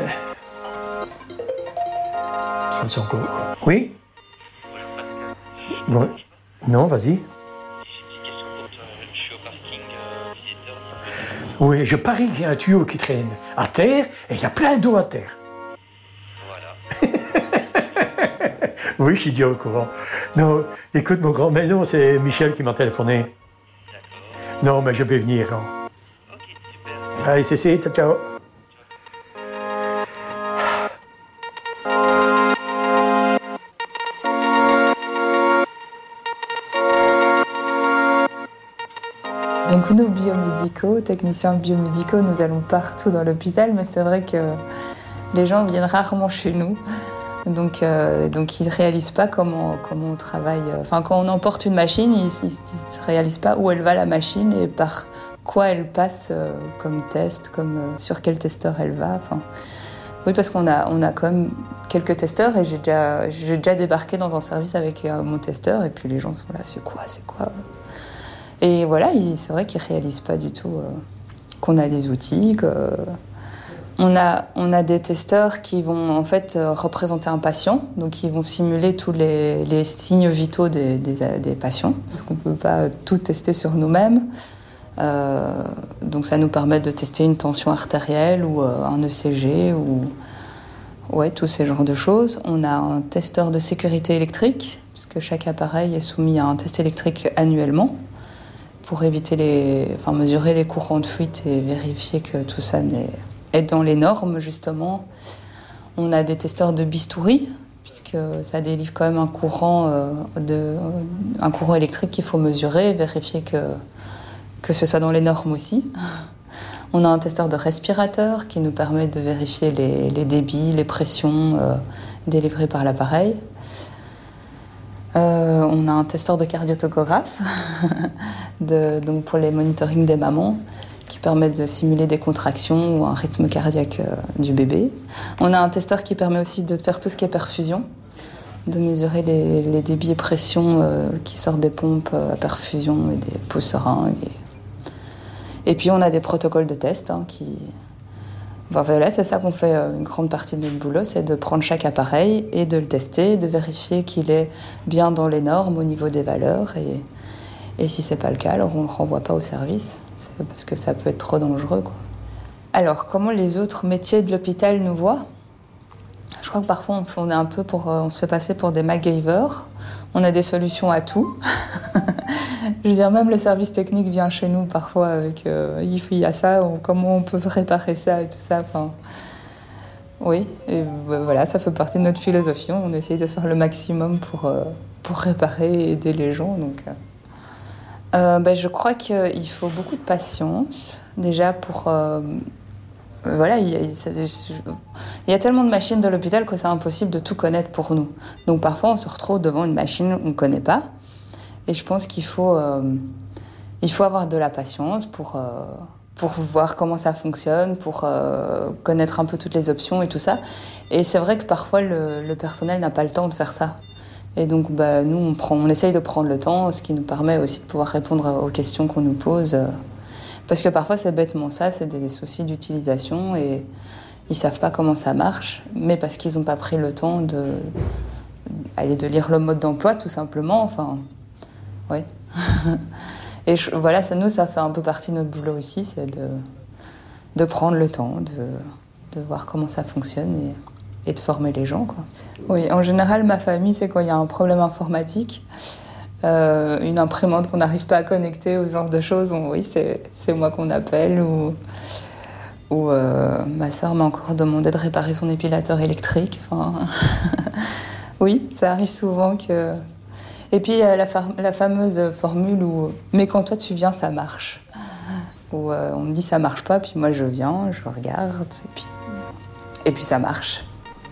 Ça, c'est encore... Oui? Bon. Non, vas-y. J'ai une petite question pour toi. Je suis au parking euh, visiteur. Oui, je parie qu'il y a un tuyau qui traîne à terre et il y a plein d'eau à terre. Voilà. Oui, je suis déjà au courant. Non, écoute, mon grand, mais non, c'est Michel qui m'a téléphoné. D'accord. Non, mais je vais venir. Hein. Ok, super. Allez, c'est c'est, ciao, ciao. Donc nous, biomédicaux, techniciens biomédicaux, nous allons partout dans l'hôpital, mais c'est vrai que les gens viennent rarement chez nous. Donc, euh, donc ils ne réalisent pas comment, comment on travaille. Enfin, quand on emporte une machine, ils ne réalisent pas où elle va la machine et par quoi elle passe euh, comme test, comme, euh, sur quel testeur elle va. Enfin, oui, parce qu'on a, on a quand même quelques testeurs et j'ai déjà, j'ai déjà débarqué dans un service avec euh, mon testeur et puis les gens sont là, c'est quoi, c'est quoi ? Et voilà, c'est vrai qu'ils ne réalisent pas du tout euh, qu'on a des outils, que... On a, on a des testeurs qui vont en fait représenter un patient, donc ils vont simuler tous les, les signes vitaux des, des, des patients, parce qu'on ne peut pas tout tester sur nous-mêmes. Euh, donc ça nous permet de tester une tension artérielle ou euh, un E C G, ou ouais, tous ces genres de choses. On a un testeur de sécurité électrique, puisque chaque appareil est soumis à un test électrique annuellement, pour éviter les, enfin, mesurer les courants de fuite et vérifier que tout ça n'est est dans les normes, justement. On a des testeurs de bistouri, puisque ça délivre quand même un courant, euh, de, un courant électrique qu'il faut mesurer, vérifier que, que ce soit dans les normes aussi. On a un testeur de respirateur qui nous permet de vérifier les, les débits, les pressions euh, délivrées par l'appareil. Euh, on a un testeur de cardiotocographe de, donc pour les monitorings des mamans, qui permettent de simuler des contractions ou un rythme cardiaque euh, du bébé. On a un testeur qui permet aussi de faire tout ce qui est perfusion, de mesurer les, les débits et pressions euh, qui sortent des pompes à perfusion et des pousse-seringues. Et... et puis on a des protocoles de test hein, qui... Enfin, voilà, c'est ça qu'on fait euh, une grande partie de notre boulot, c'est de prendre chaque appareil et de le tester, de vérifier qu'il est bien dans les normes au niveau des valeurs. Et... Et si ce n'est pas le cas, alors on ne le renvoie pas au service, c'est parce que ça peut être trop dangereux, quoi. Alors, comment les autres métiers de l'hôpital nous voient ? Je crois que parfois on est un peu pour, on se fait passer pour des MacGyver. On a des solutions à tout. Je veux dire, même le service technique vient chez nous parfois avec euh, il y a ça, ou comment on peut réparer ça et tout ça. Enfin, oui, et voilà, ça fait partie de notre philosophie. On essaye de faire le maximum pour, euh, pour réparer et aider les gens. Donc, euh. Euh, ben, je crois qu'il faut beaucoup de patience, déjà pour... Euh, voilà, il y, a, il y a tellement de machines dans l'hôpital que c'est impossible de tout connaître pour nous. Donc parfois, on se retrouve devant une machine qu'on ne connaît pas. Et je pense qu'il faut, euh, il faut avoir de la patience pour, euh, pour voir comment ça fonctionne, pour euh, connaître un peu toutes les options et tout ça. Et c'est vrai que parfois, le, le personnel n'a pas le temps de faire ça. Et donc, bah, nous, on, prend, on essaye de prendre le temps, ce qui nous permet aussi de pouvoir répondre aux questions qu'on nous pose. Parce que parfois, c'est bêtement ça, c'est des soucis d'utilisation et ils ne savent pas comment ça marche, mais parce qu'ils n'ont pas pris le temps de, aller de lire le mode d'emploi, tout simplement. Enfin, oui. Et je, voilà, ça, nous, ça fait un peu partie de notre boulot aussi, c'est de, de prendre le temps, de, de voir comment ça fonctionne et... et de former les gens, quoi. Oui, en général, ma famille, c'est quand il y a un problème informatique, euh, une imprimante qu'on n'arrive pas à connecter ou ce genre de choses, on, oui, c'est, c'est moi qu'on appelle. Ou, ou euh, ma sœur m'a encore demandé de réparer son épilateur électrique. Enfin, oui, ça arrive souvent que... Et puis, il y a la, fa- la fameuse formule où « mais quand toi tu viens, ça marche ». Où euh, on me dit « ça marche pas », puis moi je viens, je regarde, et puis, et puis ça marche.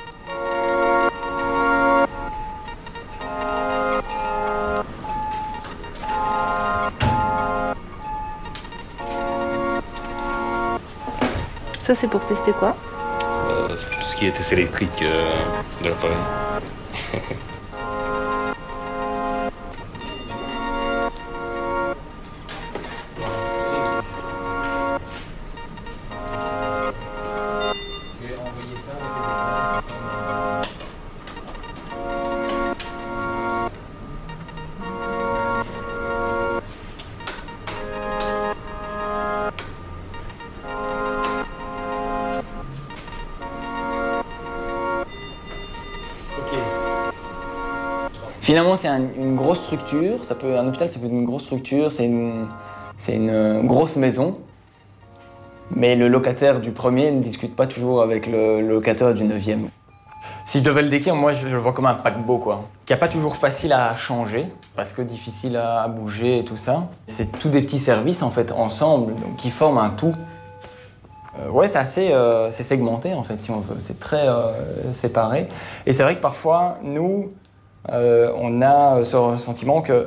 Ça, c'est pour tester quoi ? euh, Tout ce qui est test électrique euh, de l'appareil. Finalement, c'est un, une grosse structure. Ça peut, un hôpital, ça peut être une grosse structure. C'est une, c'est une grosse maison. Mais le locataire du premier ne discute pas toujours avec le, le locataire du neuvième. Si je devais le décrire, moi, je, je le vois comme un paquebot, quoi. Qui n'est pas toujours facile à changer, parce que difficile à, à bouger et tout ça. C'est tous des petits services, en fait, ensemble, donc, qui forment un tout. Euh, ouais, c'est assez euh, c'est segmenté, en fait, si on veut. C'est très euh, séparé. Et c'est vrai que parfois, nous, euh, on a ce sentiment que,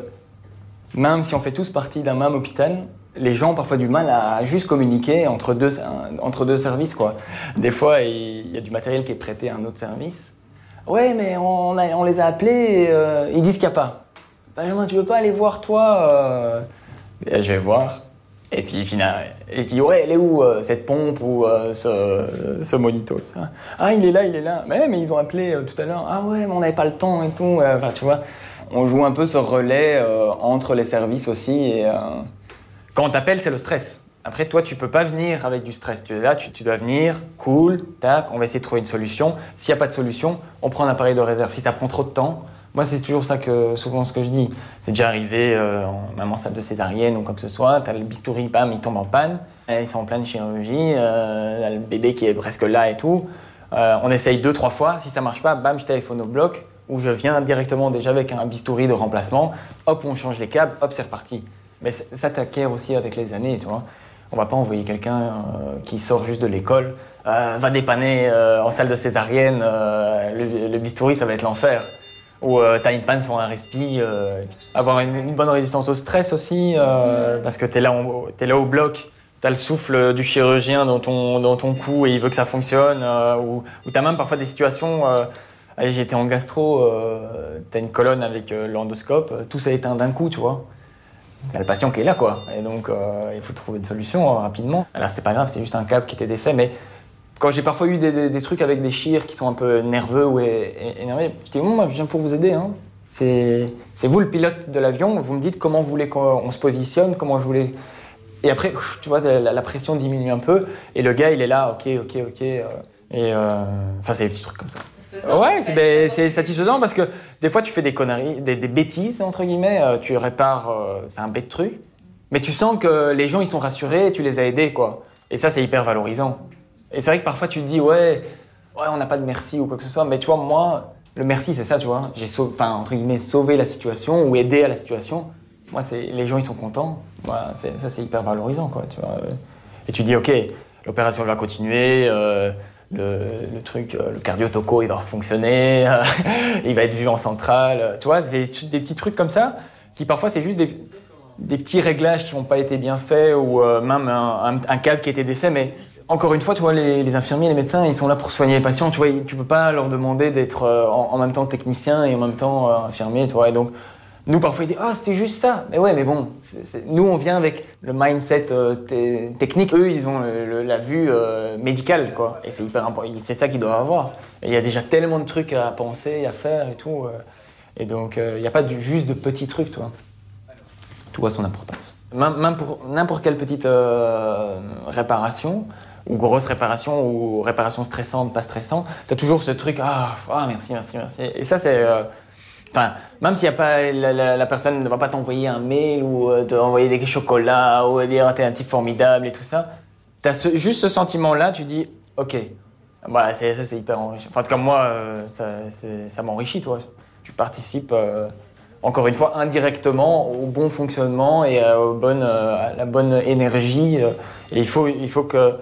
même si on fait tous partie d'un même hôpital, les gens ont parfois du mal à juste communiquer entre deux, entre deux services, quoi. Des fois, il y a du matériel qui est prêté à un autre service. Ouais, mais on, a, on les a appelés et euh, ils disent qu'il n'y a pas. Benjamin, tu veux pas aller voir, toi euh... et je vais voir. Et puis, finalement, il se dit, ouais, elle est où, euh, cette pompe ou euh, ce, ce monito, ça. Ah, il est là, il est là. Mais, mais ils ont appelé euh, tout à l'heure. Ah ouais, mais on n'avait pas le temps et tout. Enfin, tu vois, on joue un peu ce relais euh, entre les services aussi. Et, euh, quand on t'appelle, c'est le stress. Après, toi, tu peux pas venir avec du stress. Tu es là, tu, tu dois venir, cool, tac, on va essayer de trouver une solution. S'il n'y a pas de solution, on prend un appareil de réserve. Si ça prend trop de temps, moi, c'est toujours ça que, souvent ce que je dis. C'est déjà arrivé, euh, en, même en salle de césarienne ou quoi que ce soit, tu as le bistouri, bam, il tombe en panne, et ils sont en pleine chirurgie, euh, le bébé qui est presque là et tout. Euh, on essaye deux, trois fois, si ça marche pas, bam, je téléphone au bloc, ou je viens directement déjà avec un bistouri de remplacement, hop, on change les câbles, hop, c'est reparti. Mais ça t'acquiert aussi avec les années, tu vois. On va pas envoyer quelqu'un euh, qui sort juste de l'école, euh, va dépanner euh, en salle de césarienne, euh, le, le bistouri, ça va être l'enfer. Ou euh, t'as une panne sur un respi, euh, avoir une, une bonne résistance au stress aussi, euh, parce que t'es là, on, t'es là au bloc, t'as le souffle du chirurgien dans ton, dans ton cou et il veut que ça fonctionne, euh, ou, ou t'as même parfois des situations... Euh, allez, j'ai été en gastro, euh, t'as une colonne avec euh, l'endoscope, tout ça éteint d'un coup, tu vois. T'as le patient qui est là, quoi. Et donc, euh, il faut trouver une solution euh, rapidement. Alors, c'était pas grave, c'était juste un câble qui était défait. Mais quand j'ai parfois eu des, des, des trucs avec des chires qui sont un peu nerveux ou é- énervés, je dis, bon, moi, je viens pour vous aider. Hein. C'est, c'est vous le pilote de l'avion. Vous me dites comment vous voulez qu'on se positionne, comment je voulais... Et après, tu vois, la, la pression diminue un peu. Et le gars, il est là, ok, ok, ok. Euh, et euh, enfin, c'est des petits trucs comme ça. Ouais, c'est, ben, c'est satisfaisant parce que des fois tu fais des conneries, des, des bêtises entre guillemets, euh, tu répares, euh, c'est un bête truc, mais tu sens que les gens ils sont rassurés et tu les as aidés, quoi. Et ça c'est hyper valorisant. Et c'est vrai que parfois tu te dis ouais, ouais on n'a pas de merci ou quoi que ce soit, mais tu vois moi le merci c'est ça, tu vois, j'ai sauvé, enfin entre guillemets sauvé la situation ou aidé à la situation. Moi c'est les gens ils sont contents, voilà, c'est, ça c'est hyper valorisant, quoi, tu vois. Et tu dis ok, l'opération va continuer. Euh, Le, le truc, le cardio-toco, il va fonctionner, euh, il va être vu en centrale. Euh, tu vois, des, des petits trucs comme ça, qui parfois c'est juste des, des petits réglages qui n'ont pas été bien faits ou euh, même un, un, un câble qui a été défait. Mais encore une fois, tu vois, les, les infirmiers, les médecins, ils sont là pour soigner les patients. Tu vois, tu peux pas leur demander d'être euh, en, en même temps technicien et en même temps euh, infirmier, tu vois. Et donc, nous, parfois, ils disent « Ah, oh, c'était juste ça !» Mais ouais, mais bon, c'est, c'est... nous, on vient avec le mindset euh, t- technique. Eux, ils ont le, le, la vue euh, médicale, quoi. Et c'est hyper important. C'est ça qu'ils doivent avoir. Et il y a déjà tellement de trucs à penser, à faire et tout. Euh, et donc, il euh, n'y a pas du, juste de petits trucs, toi. Tout a son importance. Même, même pour n'importe quelle petite euh, réparation, ou grosse réparation, ou réparation stressante, pas stressante, tu as toujours ce truc « Ah, ah, merci, merci, merci !» Et ça, c'est... Euh, Enfin, même s'il y a pas, la, la, la personne ne va pas t'envoyer un mail ou euh, t'envoyer des chocolats ou dire oh, t'es un type formidable et tout ça, t'as ce, juste ce sentiment-là, tu dis ok, bah, c'est, ça c'est hyper enrichissant. Enfin, en tout cas, moi, euh, ça, c'est, ça m'enrichit, toi. Tu participes, euh, encore une fois, indirectement au bon fonctionnement et euh, au bon, euh, à la bonne énergie. Euh, et il faut, il faut que.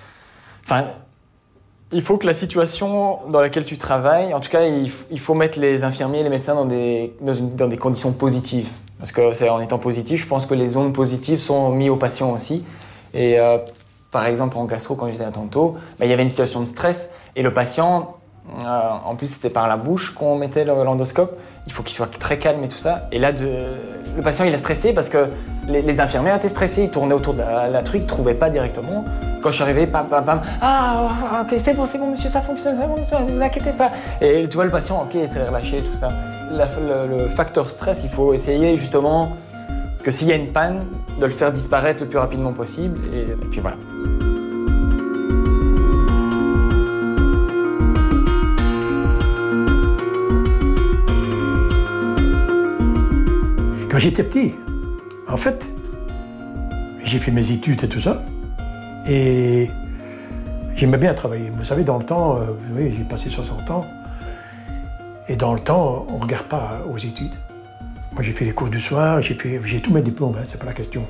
Enfin, il faut que la situation dans laquelle tu travailles, en tout cas, il, f- il faut mettre les infirmiers et les médecins dans des, dans, une, dans des conditions positives. Parce que c'est en étant positif, je pense que les ondes positives sont mises aux patients aussi. Et euh, par exemple, en gastro, quand j'étais à Tonto, bah, il y avait une situation de stress et le patient, euh, en plus c'était par la bouche qu'on mettait l'endoscope, il faut qu'il soit très calme et tout ça. Et là, de, le patient il est stressé parce que les, les infirmières étaient stressées, ils tournaient autour de la, la truc, ils ne trouvaient pas directement. Quand je suis arrivé, pam, pam, pam, ah, ok, c'est bon, c'est bon, monsieur, ça fonctionne, c'est bon, monsieur, ne vous inquiétez pas. Et tu vois le patient, ok, il s'est relâché, tout ça. La, le, le facteur stress, il faut essayer justement que s'il y a une panne, de le faire disparaître le plus rapidement possible. Et, et puis voilà. Quand j'étais petit, en fait, j'ai fait mes études et tout ça. Et j'aimais bien travailler. Vous savez, dans le temps, euh, vous voyez, j'ai passé soixante ans. Et dans le temps, on ne regarde pas aux études. Moi, j'ai fait les cours du soir, j'ai, fait, j'ai tous mes diplômes, hein, c'est pas la question.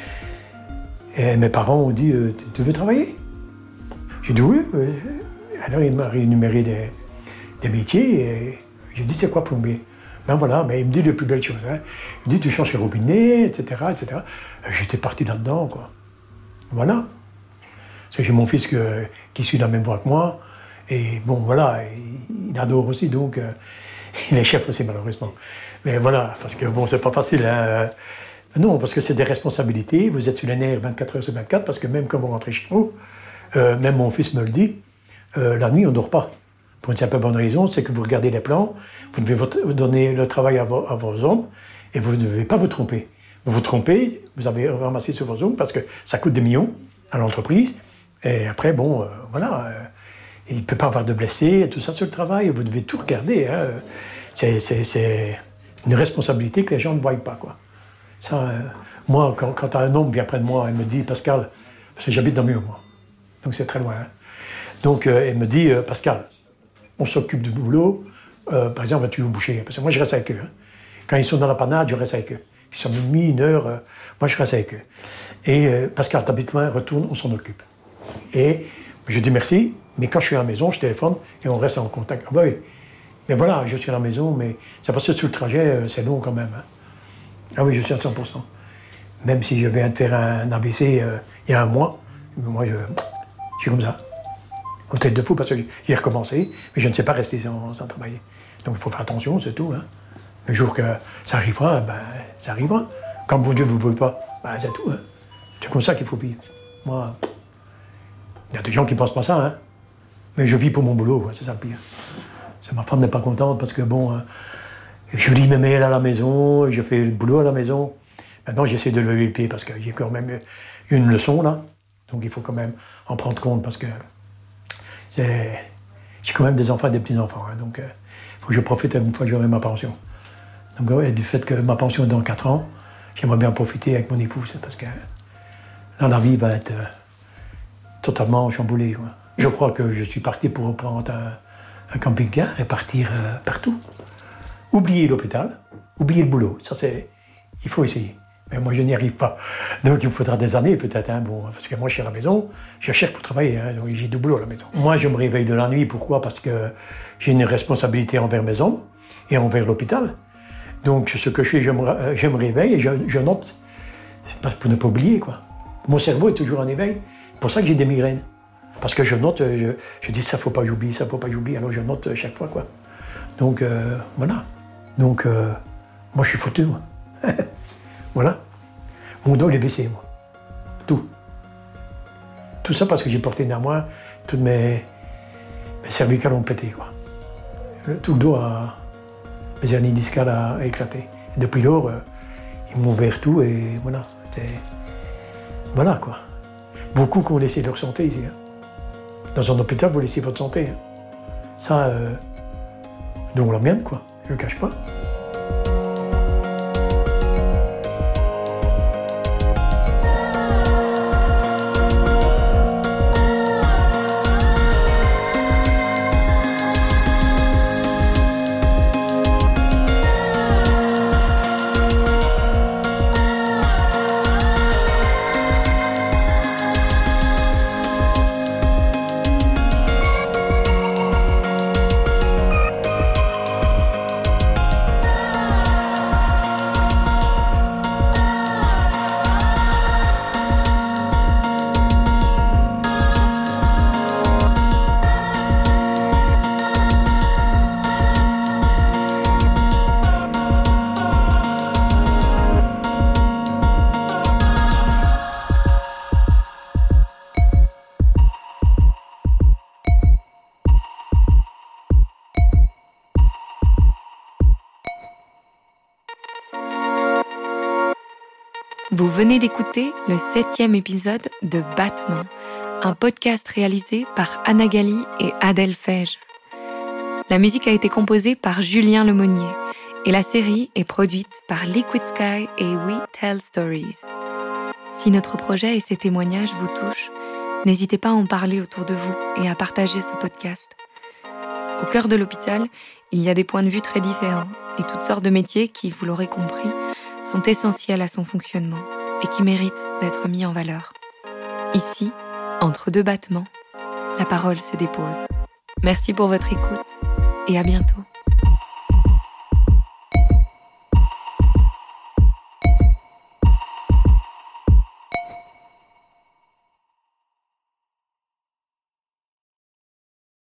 Et mes parents ont dit, euh, tu veux travailler? J'ai dit oui. Alors, ils m'ont rémunéré des, des métiers. Et j'ai dit, c'est quoi plombier? Ben voilà, mais il me dit les plus belles choses. Hein. Il me dit, tu changes les robinets, et cetera, et cetera. Et j'étais parti là-dedans, quoi. Voilà. Parce que j'ai mon fils que, qui suit la même voie que moi. Et bon, voilà, il, il adore aussi, donc euh, il est chef aussi, malheureusement. Mais voilà, parce que bon, c'est pas facile. Hein. Non, parce que c'est des responsabilités. Vous êtes sur les nerfs vingt-quatre heures sur vingt-quatre, parce que même quand vous rentrez chez vous, euh, même mon fils me le dit, euh, la nuit, on ne dort pas. Pour une simple bonne raison, c'est que vous regardez les plans, vous devez vous donner le travail à vos, à vos hommes, et vous ne devez pas vous tromper. Vous vous trompez, vous avez ramassé sur vos hommes, parce que ça coûte des millions à l'entreprise. Et après, bon, euh, voilà, euh, il ne peut pas avoir de blessés, et tout ça sur le travail, vous devez tout regarder. Hein. C'est, c'est, c'est une responsabilité que les gens ne voient pas, quoi. Ça, euh, moi, quand, quand un homme vient près de moi, il me dit, Pascal, parce que j'habite dans le mur, moi, donc c'est très loin. Hein. Donc, euh, il me dit, euh, Pascal, on s'occupe du boulot, euh, par exemple, un tuyau bouché, parce que moi, je reste avec eux. Hein. Quand ils sont dans la panade, je reste avec eux. Ils sont minuit, une heure, euh, moi, je reste avec eux. Et euh, Pascal, t'habites loin, retourne, on s'en occupe. Et je dis merci, mais quand je suis à la maison, je téléphone et on reste en contact. Ah bah oui, mais voilà, je suis à la maison, mais c'est parce que sur le trajet, c'est long quand même. Hein. Ah oui, je suis à cent pour cent. Même si je viens de faire un A V C euh, il y a un mois, moi, je, je suis comme ça. En tête de fou, parce que j'ai recommencé, mais je ne sais pas rester sans, sans travailler. Donc il faut faire attention, c'est tout. Hein. Le jour que ça arrivera, ben, ça arrivera. Quand bon Dieu ne vous veut pas, ben, c'est tout. Hein. C'est comme ça qu'il faut vivre. Moi, il y a des gens qui ne pensent pas ça, hein. Mais je vis pour mon boulot, c'est ça le pire. Ma femme n'est pas contente parce que bon, euh, je lis mes mails à la maison, je fais le boulot à la maison. Maintenant, j'essaie de lever le pied parce que j'ai quand même une leçon là. Donc il faut quand même en prendre compte parce que c'est... j'ai quand même des enfants et des petits-enfants. Hein, donc il euh, faut que je profite une fois que j'aurai ma pension. Donc ouais, du fait que ma pension est dans quatre ans, j'aimerais bien profiter avec mon épouse parce que là, la vie va être euh, totalement chamboulée. Quoi. Je crois que je suis parti pour reprendre un, un camping-car et partir euh, partout. Oublier l'hôpital, oublier le boulot. Ça, c'est... il faut essayer. Mais moi, je n'y arrive pas. Donc, il me faudra des années, peut-être. Hein, bon, parce que moi, je suis à la maison, je cherche pour travailler. Hein, donc, j'ai du boulot à la maison. Moi, je me réveille de la nuit. Pourquoi? Parce que j'ai une responsabilité envers mes hommes et envers l'hôpital. Donc, ce que je fais, je me, je me réveille et je, je note. C'est pour ne pas oublier, quoi. Mon cerveau est toujours en éveil. C'est pour ça que j'ai des migraines. Parce que je note, je, je dis ça faut pas que j'oublie, ça faut pas que j'oublie, alors je note chaque fois, quoi. Donc, euh, voilà. Donc, euh, moi, je suis foutu, moi. Voilà. Mon dos, il est baissé, moi. Tout. Tout ça parce que j'ai porté une armoire, toutes mes, mes cervicales ont pété, quoi. Tout le dos, a, mes hernies discales a, a éclaté. Et depuis lors, euh, ils m'ont ouvert tout et voilà. C'est... Voilà, quoi. Beaucoup qui ont laissé leur santé ici. Hein. Dans un hôpital, vous laissez votre santé. Hein. Ça, euh, donc la mienne, quoi. Je ne le cache pas. Vous venez d'écouter le septième épisode de Battement, un podcast réalisé par Anna Gali et Adèle Feige. La musique a été composée par Julien Lemonnier Et la série est produite par Liquid Sky et We Tell Stories. Si notre projet et ses témoignages vous touchent, n'hésitez pas à en parler autour de vous et à partager ce podcast. Au cœur de l'hôpital, il y a des points de vue très différents et toutes sortes de métiers qui, vous l'aurez compris, sont essentiels à son fonctionnement et qui méritent d'être mis en valeur. Ici, entre deux battements, la parole se dépose. Merci pour votre écoute et à bientôt.